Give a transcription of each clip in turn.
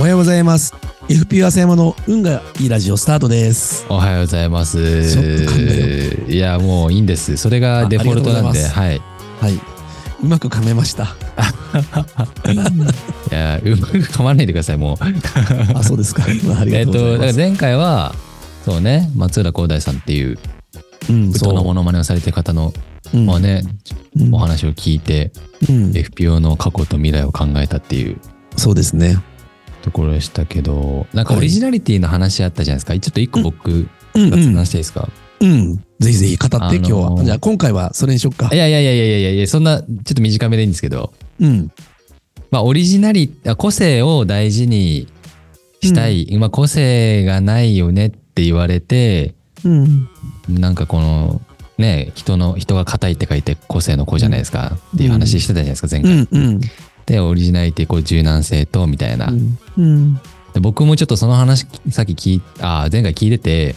ようございます。FP 浅山の運がいいラジオスタートです。 おはようございます。 ちょっと噛んだよ。 いや、もういいんです。それがデフォルトなんで、はい。 はい。うまく噛めました。 いや、うまく噛まないでください、もう。 あ、そうですか。ありがとうございます。 だから前回は、そうね、松浦航大さんっていう、歌のモノマネをされてる方の、まあね、お話を聞いて、FPO の過去と未来を考えたっていう。 そうですね。 ところでしたけど、なんかオリジナリティの話あったじゃないですか。ちょっと一個僕、話していいですか？ ぜひぜひ語って今日は。じゃあ今回はそれにしよっか。 いや、そんな、ちょっと短めでいいんですけど。まあオリジナリティ、個性を大事にしたい。まあ個性がないよねって言われて、なんかこの、ね、人が硬いって書いて個性の子じゃないですかっていう話してたじゃないですか、前回。で、オリジナリティ、こう柔軟性と、みたいな。で僕もちょっとその話、さっき前回聞いてて、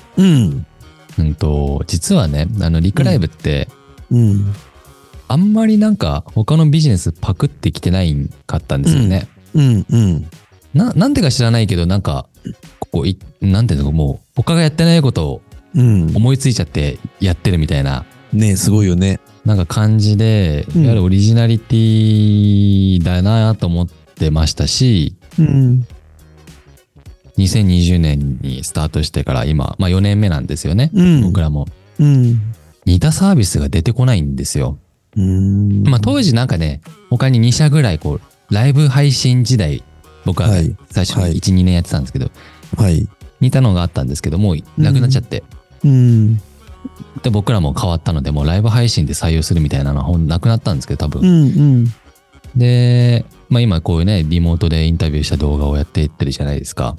実はね、リクライブって、あんまりなんか他のビジネスパクってきてないかったんですよね。なんでか知らないけど、なんか、なんていうの、もう、他がやってないことを思いついちゃってやってるみたいな。 ね、すごいよね。 なんか感じで、いわゆるオリジナリティだなと思ってましたし、2020年にスタートしてから今、まあ4年目なんですよね。僕らも。似たサービスが出てこないんですよ。まあ当時なんかね、他に2社ぐらいこう、ライブ配信時代、僕は最初に1、2年やってたんですけど、似たのがあったんですけど、もうなくなっちゃって。で僕らも変わったので、もうライブ配信で採用するみたいなのはなくなったんですけど、多分。で、まあ今こういうね、リモートでインタビューした動画をやっていってるじゃないですか。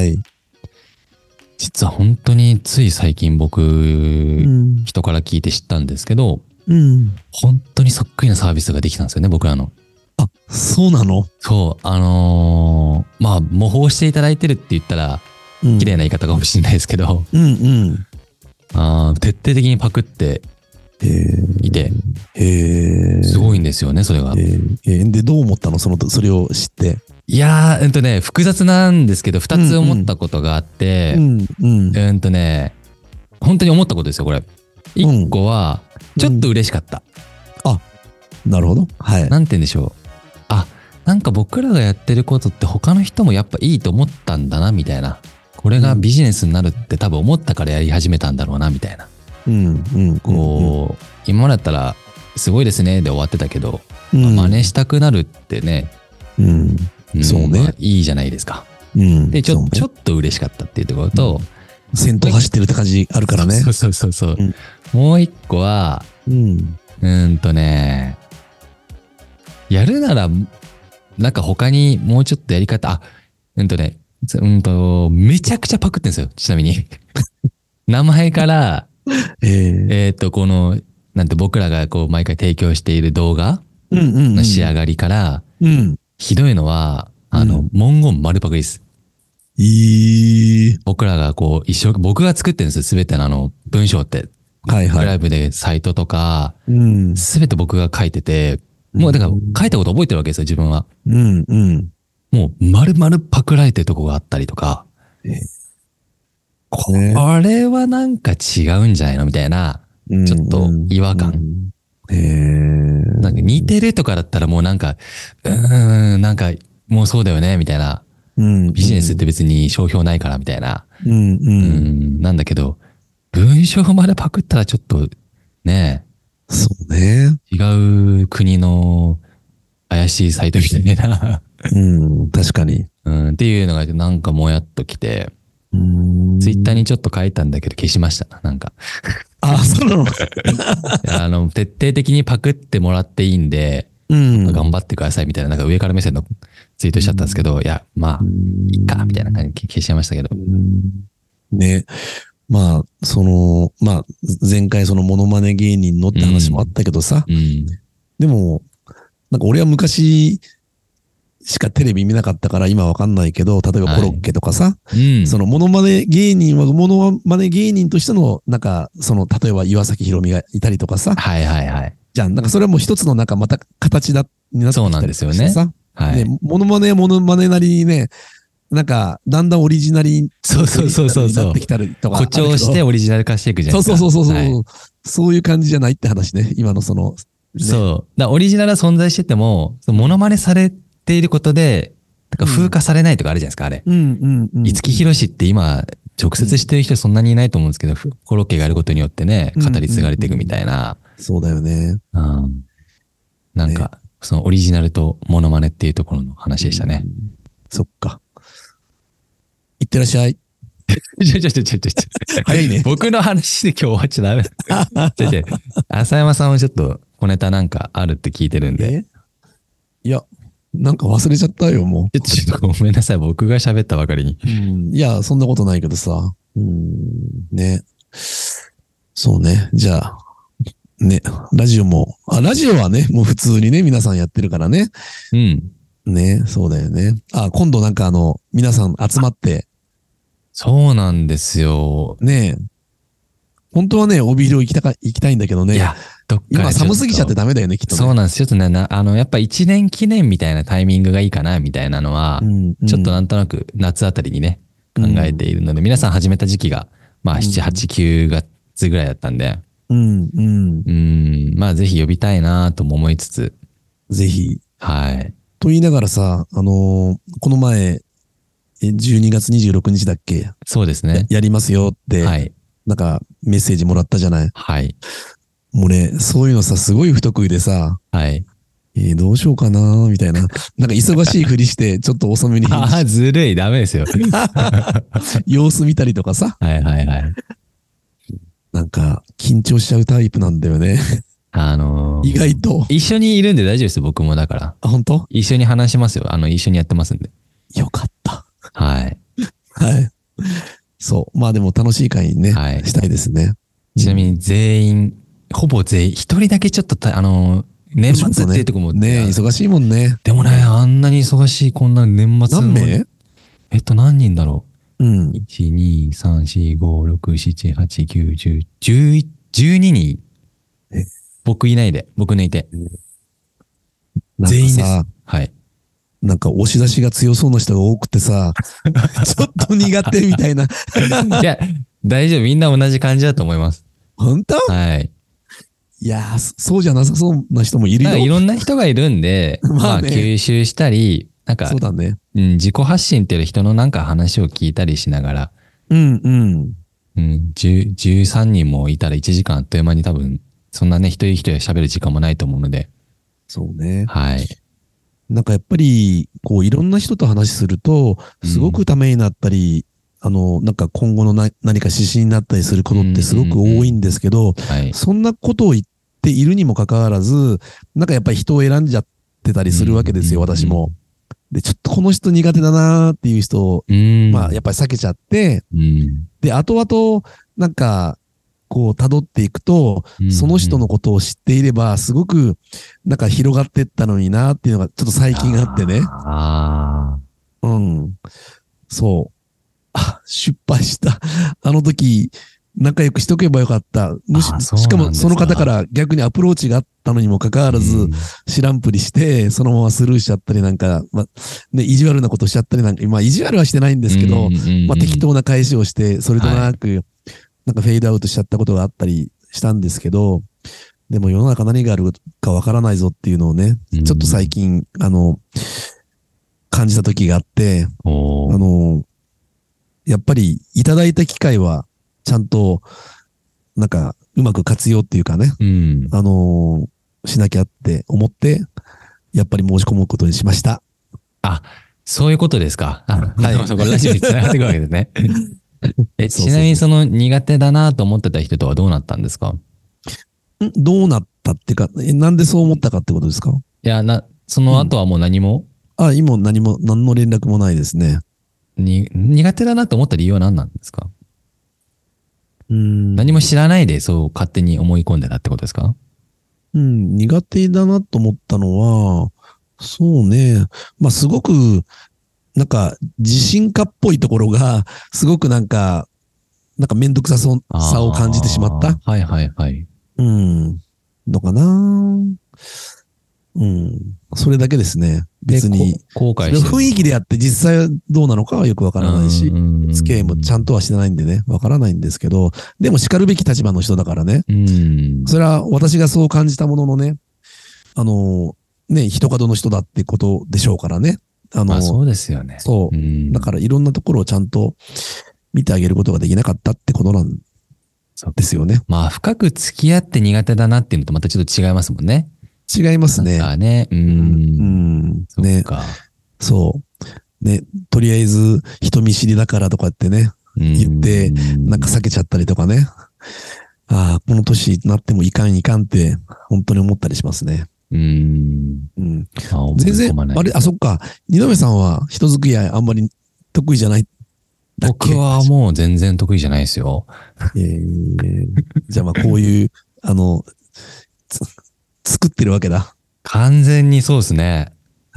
実は本当につい最近僕、人から聞いて知ったんですけど、本当にそっくりなサービスができたんですよね、僕らの。 あ、そうなの？ そう、まあ模倣していただいてるって言ったら、綺麗な言い方かもしれないですけど、徹底的にパクっていて、すごいんですよね、それが。 で、どう思ったの？それを知って。 いやー、複雑なんですけど、二つ思ったことがあって、本当に思ったことですよ、これ。一個は、ちょっと嬉しかった。 あ、なるほど。はい。 なんて言うんでしょう。あ、なんか僕らがやってることって他の人もやっぱいいと思ったんだな、みたいな。これがビジネスになるって多分思ったからやり始めたんだろうな、みたいな。こう、今までだったら、すごいですね、で終わってたけど、真似したくなるってね、 そうね。 いいじゃないですか。で、ちょっと嬉しかったっていうところと、 先頭走ってるって感じあるからね。 そう。もう一個は、やるなら、なんか他にもうちょっとやり方、めちゃくちゃパクってんですよ、ちなみに。名前から、この、僕らがこう毎回提供している動画の仕上がりから、ひどいのは、文言丸パクリです。僕らがこう、僕が作ってるんですよ、すべての文章って。ライブでサイトとか、すべて僕が書いてて、もうだから書いたこと覚えてるわけですよ、自分は。もう丸々パクられてるとこがあったりとか、これはなんか違うんじゃないのみたいな、ちょっと違和感。なんか似てるとかだったらもうなんか、なんかもうそうだよねみたいな。ビジネスって別に商標ないからみたいな。なんだけど、文章までパクったらちょっとね、 そうね。 違う国の怪しいサイトみたいな。 確かに。 っていうのがなんかもやっときて、ツイッターにちょっと書いたんだけど消しました。なんか。 あ、そうなの？ 徹底的にパクってもらっていいんで、頑張ってくださいみたいな、なんか上から目線のツイートしちゃったんですけど、いや、まあ、いっか、みたいな感じで消しちゃいましたけど。 ね。まあ、前回そのモノマネ芸人のって話もあったけどさ、でも、なんか俺は昔しかテレビ見なかったから今わかんないけど、例えばコロッケとかさ、そのモノマネ芸人はモノマネ芸人としての、なんか、例えば岩崎宏美がいたりとかさ、じゃん、なんかそれはもう一つのなんかまた形になってきたりとかしてさ、モノマネなりにね、 なんか、だんだんオリジナルにそうそうそうそうなってきたりとか。 誇張してオリジナル化していくじゃないですか。 そうそうそうそう、はい。そういう感じじゃないって話ね。今のその、ね。 そう。オリジナルは存在してても、モノマネされていることで、風化されないとかあるじゃないですか、あれ。五木ひろしって今、直接知ってる人そんなにいないと思うんですけど、コロッケがやることによってね、語り継がれていくみたいな。 そうだよね。 なんか、そのオリジナルとモノマネっていうところの話でしたね。 そっか。いってらっしゃい。 早いね。僕の話で今日終わっちゃダメだ。浅山さんはちょっと小ネタなんかあるって聞いてるんで。 いや、なんか忘れちゃったよ、もう。 ちょっとごめんなさい。僕が喋ったばかりに。 いや、そんなことないけどさ。ね。そうね。じゃあ、ね、ラジオはね、もう普通にね、皆さんやってるからね。ね、そうだよね。今度なんか皆さん集まって。 そうなんですよ。 ね本当はね、帯広行きたいんだけどね。いや、今寒すぎちゃってダメだよね、きっとね。 そうなんです。ちょっとね、やっぱ1年記念みたいなタイミングがいいかな、みたいなのは、ちょっとなんとなく夏あたりにね、考えているので、皆さん始めた時期が、まあ、7、8、9月ぐらいだったんで、まあ、ぜひ呼びたいなとも思いつつ。 ぜひ。 はい。 と言いながらさ、この前、12月26日だっけ？ そうですね。 やりますよって、はい、なんかメッセージもらったじゃない？ はい。 もうね、そういうのさ、すごい不得意でさ、 はい。 どうしようかなみたいな。なんか忙しいふりして、ちょっと遅めに返事。 ずるい、ダメですよ。 様子見たりとかさ。 はいはいはい。 なんか、緊張しちゃうタイプなんだよね。意外と。 一緒にいるんで大丈夫です、僕もだから。 本当？ 一緒に話しますよ。一緒にやってますんで。 よかった。 はい。 はい。そう。まあでも楽しい会にね、はい、したいですね。 ちなみに全員、ほぼ全員、一人だけちょっと年末っていうとこもね、忙しいもんね。 でもね、あんなに忙しいこんな年末何名？ 何人だろう。1、 2、3、4、5、6、7、8、9、10、12人。僕いないで、僕抜いて。全員です。はい。 なんか押し出しが強そうな人が多くてさ、ちょっと苦手みたいな。 いや、大丈夫。みんな同じ感じだと思います。 本当？ はい。 いやそうじゃなさそうな人もいるよ。 いろんな人がいるんで、まあ吸収したり、なんか、 そうだね。 自己発信っていう人のなんか話を聞いたりしながら、13人もいたら1時間あっという間に多分、そんなね、一人一人喋る時間もないと思うので。 そうね。 はい。 なんかやっぱり、こういろんな人と話すると、すごくためになったり、なんか今後の何か指針になったりすることってすごく多いんですけど、そんなことを言っているにもかかわらず、なんかやっぱり人を選んじゃってたりするわけですよ、私も。で、ちょっとこの人苦手だなーっていう人を、まあやっぱり避けちゃって、で、後々、なんか、こう辿っていくと、その人のことを知っていれば、すごくなんか広がっていったのになっていうのがちょっと最近あってね。そう。失敗した。あの時、仲良くしとけばよかった。しかもその方から逆にアプローチがあったのにもかかわらず、知らんぷりして、そのままスルーしちゃったりなんか、ね、意地悪なことしちゃったりなんか、意地悪はしてないんですけど、適当な返しをして、それとなく、なんかフェードアウトしちゃったことがあったりしたんですけど、でも世の中何があるかわからないぞっていうのをね、ちょっと最近、感じた時があって、やっぱりいただいた機会はちゃんと、なんかうまく活用っていうかね、しなきゃって思って、やっぱり申し込むことにしました。 そういうことですか。はい。そこラジオにつながっていくわけですね。ちなみにその苦手だなと思ってた人とはどうなったんですか？ どうなったっていうか、なんでそう思ったかってことですか？ いや、その後はもう何も、 今何の連絡もないですね。 苦手だなと思った理由は何なんですか？何も知らないでそう勝手に思い込んでたってことですか？ 苦手だなと思ったのは、そうね。まあ、すごく、なんか、自信家っぽいところが、すごくなんかめんどくささを感じてしまった。 はいはいはい。 のかな。 うん。それだけですね。別に。 後悔してる。 雰囲気でやって実際どうなのかはよくわからないし、付き合いもちゃんとはしてないんでね、わからないんですけど、でも叱るべき立場の人だからね。それは私がそう感じたもののね、ね、人角の人だってことでしょうからね。 まあそうですよね。 そう。だからいろんなところをちゃんと見てあげることができなかったってことなんですよね。 まあ深く付き合って苦手だなっていうのとまたちょっと違いますもんね。 違いますね。 ね。 ね。そう。ね。とりあえず人見知りだからとかってね、言って、なんか避けちゃったりとかね。ああ、この年になってもいかんって本当に思ったりしますね。全然、そっか。二宮さんは人付き合いあんまり得意じゃない僕はもう全然得意じゃないですよ。 じゃあまあこういう、作ってるわけだ。 完全にそうですね。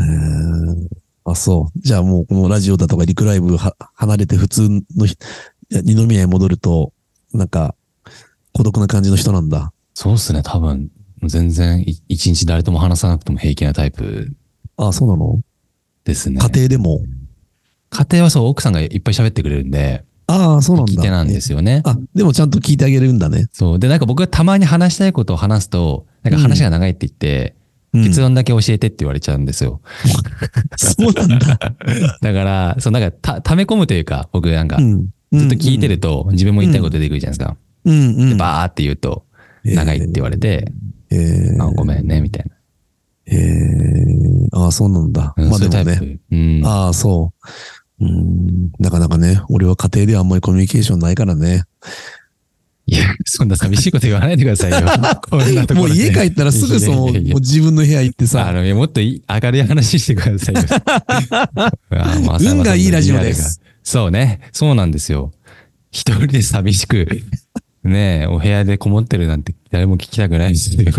そう。じゃあもうこのラジオだとかリクライブ離れて普通の二宮へ戻ると、なんか孤独な感じの人なんだ。 そうですね。多分、全然一日誰とも話さなくても平気なタイプ。 そうなの？ ですね。 家庭でも？ 家庭はそう、奥さんがいっぱい喋ってくれるんで。 そうなんだ。 聞き手なんですよね。 でもちゃんと聞いてあげるんだね。 そう。で、なんか僕がたまに話したいことを話すと、なんか話が長いって言って、結論だけ教えてって言われちゃうんですよ。 そうなんだ。 だから、なんか溜め込むというか、僕なんか、ずっと聞いてると、自分も言いたいこと出てくるじゃないですか。で、バーって言うと、長いって言われて、ごめんね、みたいな。そうなんだ。まあでもね。そう。なかなかね、俺は家庭ではあんまりコミュニケーションないからね。 いや、そんな寂しいこと言わないでくださいよ。こんなところもう家帰ったらすぐもう自分の部屋行ってさ。 もっと明るい話してくださいよ。 運がいいラジオです。 そうね。そうなんですよ。一人で寂しく、ねえ、お部屋でこもってるなんて誰も聞きたくないですよ。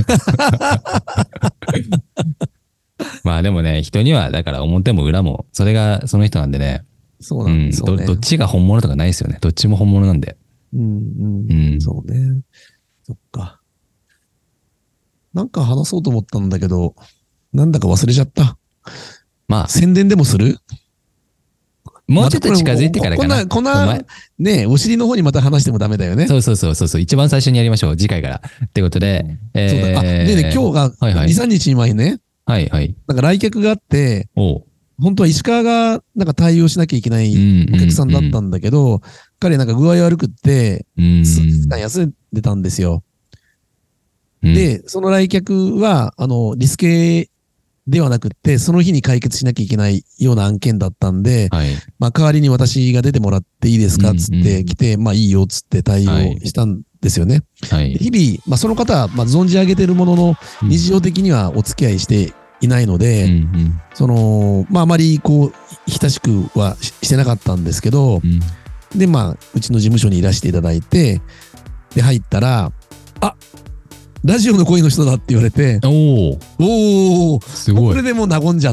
まあでもね、人には、だから表も裏も、それがその人なんでね。 そうなんですよね。 どっちが本物とかないですよね。どっちも本物なんで。 そうね。そっか。なんか話そうと思ったんだけど、なんだか忘れちゃった。まあ。宣伝でもする？ もうちょっと近づいてからかな。 こんな、ね、お尻の方にまた話してもダメだよね。 そう。一番最初にやりましょう。次回から。ってことで。 そうだ。で、今日が2、3日前ね。 はいはい。 なんか来客があって、本当は石川がなんか対応しなきゃいけないお客さんだったんだけど、彼なんか具合悪くって、数日間休んでたんですよ。で、その来客は、リスケではなくって、その日に解決しなきゃいけないような案件だったんで、まあ代わりに私が出てもらっていいですかつって来て、まあいいよつって対応したんですよね。日々、まあその方は存じ上げてるものの、日常的にはお付き合いしていないので、まああまりこう、親しくはしてなかったんですけど、で、まあ、うちの事務所にいらしていただいて、で、入ったら、ラジオの声の人だって言われて、すごい。これでもう和んじゃって、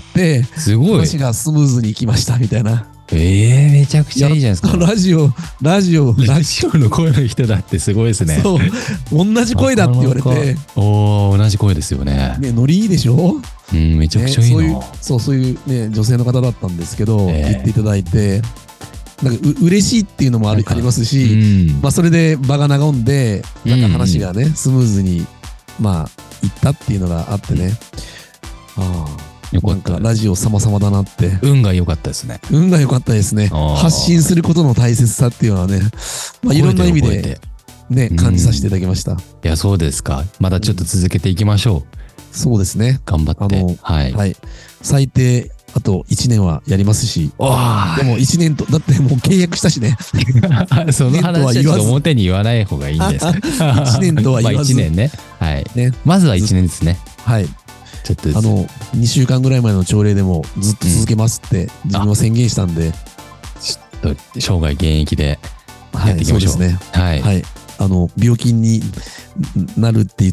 すごい。話がスムーズにいきました、みたいな。 めちゃくちゃいいじゃないですか。 ラジオの声の人だってすごいですね。 そう。同じ声だって言われて。 同じ声ですよね。 ノリいいでしょ？ めちゃくちゃいいな。 そういうね、女性の方だったんですけど、言っていただいて、なんか嬉しいっていうのもありますし、まあそれで場が和んで、なんか話がね、スムーズに、まあ、いったっていうのがあってね。よかった。ラジオ様々だなって。 運が良かったですね。 運が良かったですね。発信することの大切さっていうのはね、まあいろんな意味でね、感じさせていただきました。いや、そうですか。またちょっと続けていきましょう。 そうですね。 頑張って。はい。 最低、あと1年はやりますし。でも1年と、だってもう契約したしね。 その話は表に言わない方がいいんですか。 1年とは言わず。 1年ね。はい。まずは1年ですね。 はい。 ちょっと 2週間ぐらい前の朝礼でもずっと続けますって自分は宣言したんで。 ちょっと生涯現役でやっていきましょう。 そうですね。はい。病気になるって言って、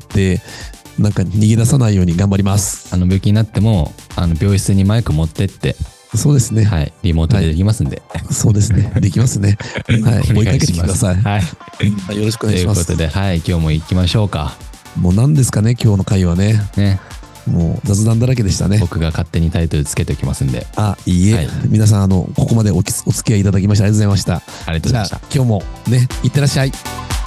なんか逃げ出さないように頑張ります。 病気になっても、病室にマイク持ってって。 そうですね。 はい。リモートでできますんで。 そうですね。できますね。はい。追いかけてください。はい。よろしくお願いします。 ということで、はい。今日も行きましょうか。 もう何ですかね、今日の回はね。 もう雑談だらけでしたね。 僕が勝手にタイトルつけておきますんで。 いいえ、はい、皆さんここまでお付き合いいただきましてありがとうございました。 ありがとうございました。 じゃあ今日もね、いってらっしゃい。